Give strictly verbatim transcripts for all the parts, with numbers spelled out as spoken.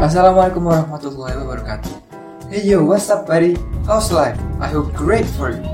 Assalamualaikum warahmatullahi wabarakatuh. Hey yo, what's up buddy? How's life? I hope great for you.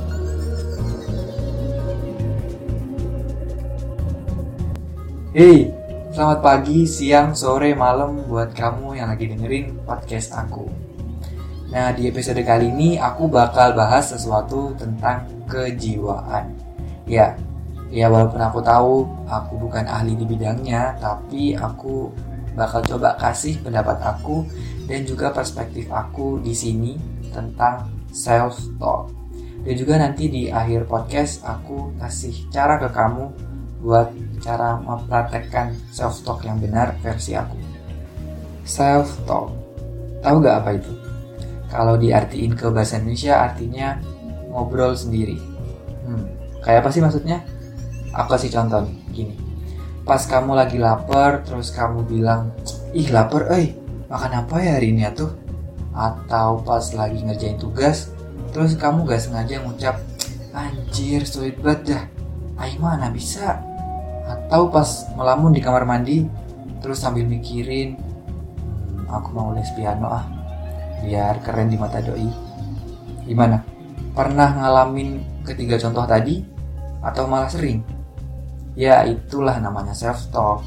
Hey, selamat pagi, siang, sore, malam buat kamu yang lagi dengerin podcast aku. Nah, di episode kali ini aku bakal bahas sesuatu tentang kejiwaan. Ya, ya walaupun aku tahu aku bukan ahli di bidangnya, tapi aku bakal coba kasih pendapat aku dan juga perspektif aku di sini tentang self-talk. Dan juga nanti di akhir podcast aku kasih cara ke kamu buat cara mempraktekkan self-talk yang benar versi aku. Self-talk, tahu gak apa itu? Kalau diartiin ke bahasa Indonesia artinya ngobrol sendiri. Hmm, kayak apa sih maksudnya? Aku kasih contoh nih, gini. Pas kamu lagi lapar, terus kamu bilang, ih lapar, eh makan apa ya hari ini ya tuh? Atau pas lagi ngerjain tugas, terus kamu gak sengaja ngucap, anjir sulit banget dah, ayo mana bisa? Atau pas melamun di kamar mandi, terus sambil mikirin, hmm, aku mau les piano ah, biar keren di mata doi. Gimana? Pernah ngalamin ketiga contoh tadi? Atau malah sering? Ya itulah namanya self-talk.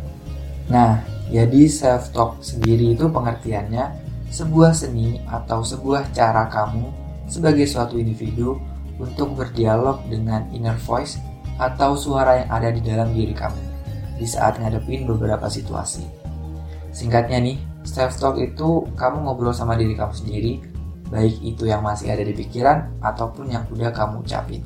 Nah, jadi self-talk sendiri itu pengertiannya sebuah seni atau sebuah cara kamu sebagai suatu individu untuk berdialog dengan inner voice atau suara yang ada di dalam diri kamu di saat ngadepin beberapa situasi. Singkatnya nih, self-talk itu kamu ngobrol sama diri kamu sendiri, baik itu yang masih ada di pikiran ataupun yang udah kamu ucapin.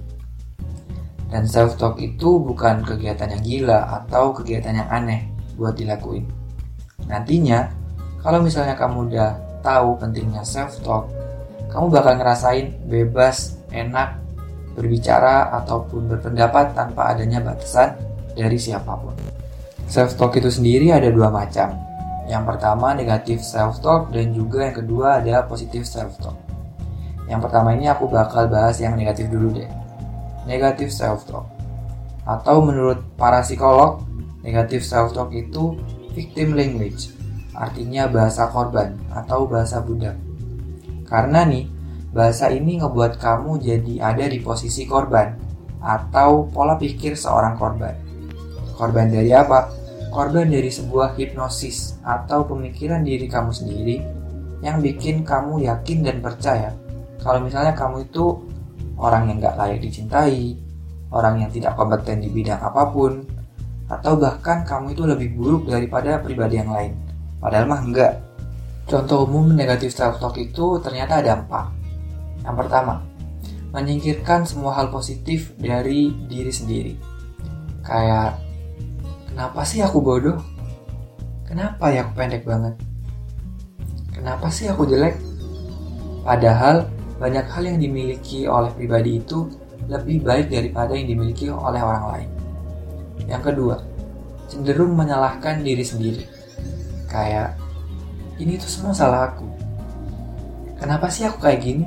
Dan self-talk itu bukan kegiatan yang gila atau kegiatan yang aneh buat dilakuin. Nantinya, kalau misalnya kamu udah tahu pentingnya self-talk, kamu bakal ngerasain bebas, enak, berbicara ataupun berpendapat tanpa adanya batasan dari siapapun. Self-talk itu sendiri ada dua macam. Yang pertama negatif self-talk dan juga yang kedua ada positif self-talk. Yang pertama ini aku bakal bahas yang negatif dulu deh. Negative self-talk. Atau menurut para psikolog, negative self-talk itu victim language, artinya bahasa korban atau bahasa budak. Karena nih, bahasa ini ngebuat kamu jadi ada di posisi korban atau pola pikir seorang korban. Korban dari apa? Korban dari sebuah hipnosis atau pemikiran diri kamu sendiri yang bikin kamu yakin dan percaya kalau misalnya kamu itu orang yang gak layak dicintai, orang yang tidak kompeten di bidang apapun, atau bahkan kamu itu lebih buruk daripada pribadi yang lain. Padahal mah enggak. Contoh umum negatif self-talk itu ternyata ada empat. Yang pertama, menyingkirkan semua hal positif dari diri sendiri. Kayak, kenapa sih aku bodoh? Kenapa ya aku pendek banget? Kenapa sih aku jelek? Padahal banyak hal yang dimiliki oleh pribadi itu lebih baik daripada yang dimiliki oleh orang lain. Yang kedua, cenderung menyalahkan diri sendiri. Kayak, ini tuh semua salah aku. Kenapa sih aku kayak gini?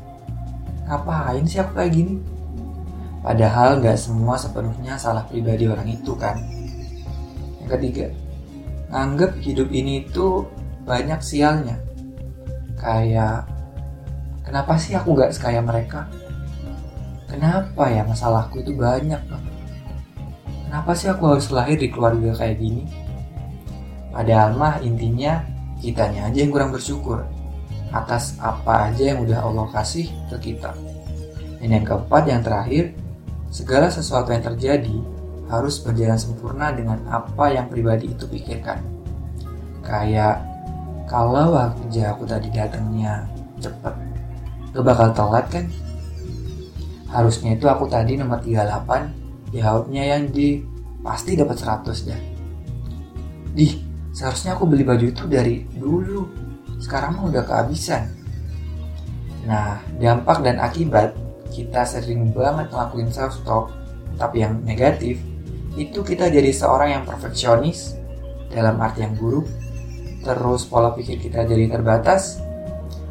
Ngapain sih aku kayak gini? Padahal gak semua sepenuhnya salah pribadi orang itu kan. Yang ketiga, nganggep hidup ini tuh banyak sialnya. Kayak, kenapa sih aku gak sekaya mereka? Kenapa ya masalahku itu banyak banget? Kenapa sih aku harus lahir di keluarga kayak gini? Padahal mah intinya kitanya aja yang kurang bersyukur atas apa aja yang udah Allah kasih ke kita. Dan yang keempat, yang terakhir, segala sesuatu yang terjadi harus berjalan sempurna dengan apa yang pribadi itu pikirkan. Kayak, kalau waktu aku tadi datangnya cepet, gak bakal telat kan? Harusnya itu aku tadi nomor tiga puluh delapan, jawabnya yang di pasti dapat seratus dah. Dih, seharusnya aku beli baju itu dari dulu, sekarang mah udah kehabisan. Nah, dampak dan akibat kita sering banget ngelakuin self-talk, tapi yang negatif, itu kita jadi seorang yang perfeksionis, dalam arti yang buruk, terus pola pikir kita jadi terbatas,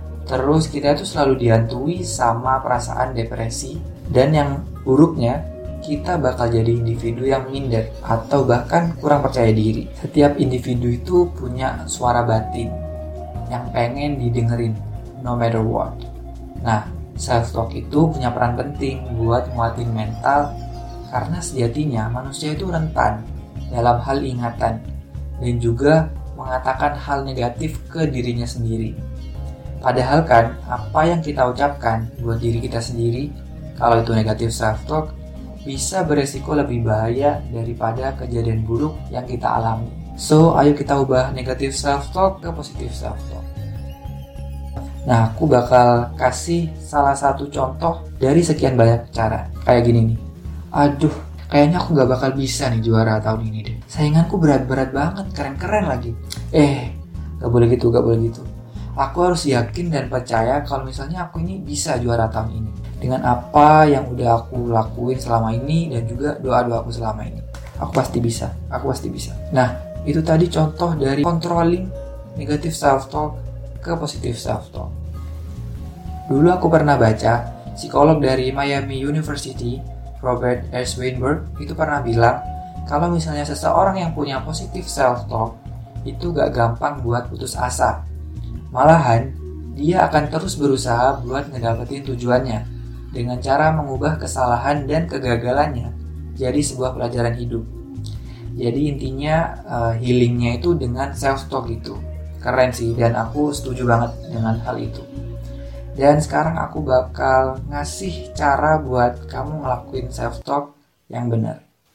terus kita tuh selalu dihantui sama perasaan depresi, dan yang buruknya kita bakal jadi individu yang minder atau bahkan kurang percaya diri. Setiap individu itu punya suara batin yang pengen didengerin no matter what. Nah, self-talk itu punya peran penting buat nguatin mental karena sejatinya manusia itu rentan dalam hal ingatan dan juga mengatakan hal negatif ke dirinya sendiri. Padahal kan, apa yang kita ucapkan buat diri kita sendiri, kalau itu negatif self-talk, bisa beresiko lebih bahaya daripada kejadian buruk yang kita alami. So, ayo kita ubah negatif self-talk ke positif self-talk. Nah, aku bakal kasih salah satu contoh dari sekian banyak cara. Kayak gini nih. Aduh, kayaknya aku gak bakal bisa nih juara tahun ini deh. Sainganku berat-berat banget, keren-keren lagi. Eh, gak boleh gitu, gak boleh gitu. Aku harus yakin dan percaya kalau misalnya aku ini bisa juara tahun ini. Dengan apa yang udah aku lakuin selama ini dan juga doa-doa aku selama ini. Aku pasti bisa, aku pasti bisa. Nah, itu tadi contoh dari controlling negative self-talk ke positive self-talk. Dulu aku pernah baca, psikolog dari Miami University, Robert S. Weinberg, itu pernah bilang, kalau misalnya seseorang yang punya positive self-talk, itu gak gampang buat putus asa. Malahan, dia akan terus berusaha buat ngedapetin tujuannya dengan cara mengubah kesalahan dan kegagalannya jadi sebuah pelajaran hidup. Jadi intinya uh, healingnya itu dengan self-talk itu. Keren sih, dan aku setuju banget dengan hal itu. Dan sekarang aku bakal ngasih cara buat kamu ngelakuin self-talk yang benar.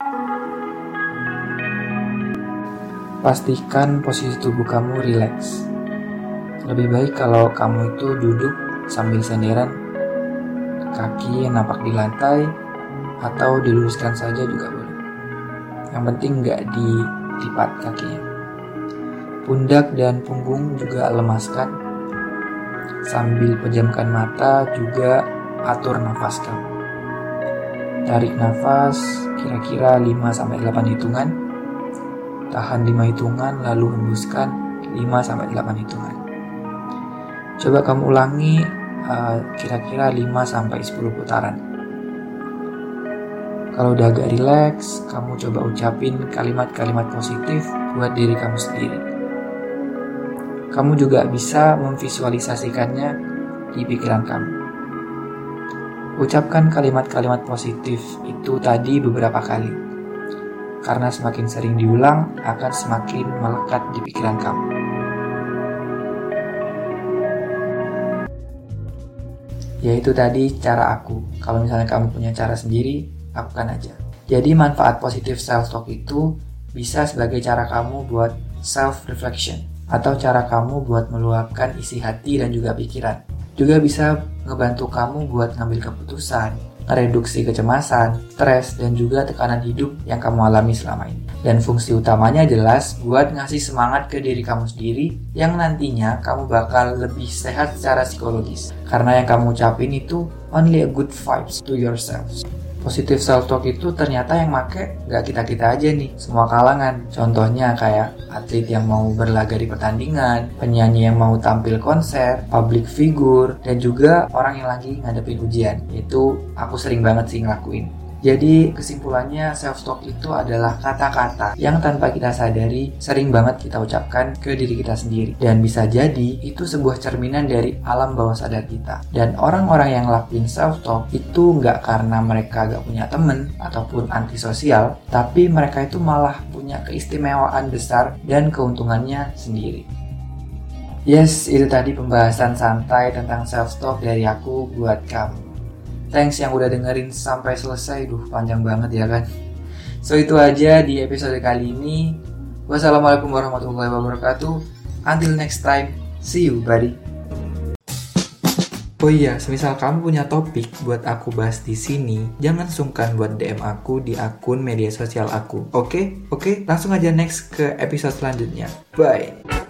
Pastikan posisi tubuh kamu rileks. Lebih baik kalau kamu itu duduk sambil senderan, kaki nampak di lantai, atau diluruskan saja juga boleh. Yang penting nggak dilipat kakinya. Pundak dan punggung juga lemaskan. Sambil pejamkan mata juga atur nafas kamu. Tarik nafas kira-kira lima sampai delapan hitungan. Tahan lima hitungan lalu hembuskan lima sampai delapan hitungan. Coba kamu ulangi uh, kira-kira lima sampai sepuluh putaran. Kalau udah agak rileks, kamu coba ucapin kalimat-kalimat positif buat diri kamu sendiri. Kamu juga bisa memvisualisasikannya di pikiran kamu. Ucapkan kalimat-kalimat positif itu tadi beberapa kali. Karena semakin sering diulang, akan semakin melekat di pikiran kamu. Ya itu tadi cara aku. Kalau misalnya kamu punya cara sendiri, lakukan aja. Jadi manfaat positif self-talk itu bisa sebagai cara kamu buat self-reflection atau cara kamu buat meluapkan isi hati dan juga pikiran. Juga bisa ngebantu kamu buat ngambil keputusan, mereduksi kecemasan, stres, dan juga tekanan hidup yang kamu alami selama ini. Dan fungsi utamanya jelas buat ngasih semangat ke diri kamu sendiri yang nantinya kamu bakal lebih sehat secara psikologis. Karena yang kamu ucapin itu only a good vibes to yourself. Positive self-talk itu ternyata yang make gak kita-kita aja nih, semua kalangan. Contohnya kayak atlet yang mau berlaga di pertandingan, penyanyi yang mau tampil konser, public figure, dan juga orang yang lagi ngadepin ujian. Itu aku sering banget sih ngelakuin. Jadi kesimpulannya self-talk itu adalah kata-kata yang tanpa kita sadari sering banget kita ucapkan ke diri kita sendiri. Dan bisa jadi itu sebuah cerminan dari alam bawah sadar kita. Dan orang-orang yang lakuin self-talk itu nggak karena mereka nggak punya temen ataupun antisosial, tapi mereka itu malah punya keistimewaan besar dan keuntungannya sendiri. Yes, itu tadi pembahasan santai tentang self-talk dari aku buat kamu. Thanks yang udah dengerin sampai selesai. Duh, panjang banget ya kan. So itu aja di episode kali ini. Wassalamualaikum warahmatullahi wabarakatuh. Until next time. See you buddy. Oh iya, semisal kamu punya topik buat aku bahas di sini, jangan sungkan buat D M aku di akun media sosial aku. Oke? Oke, langsung aja next ke episode selanjutnya. Bye.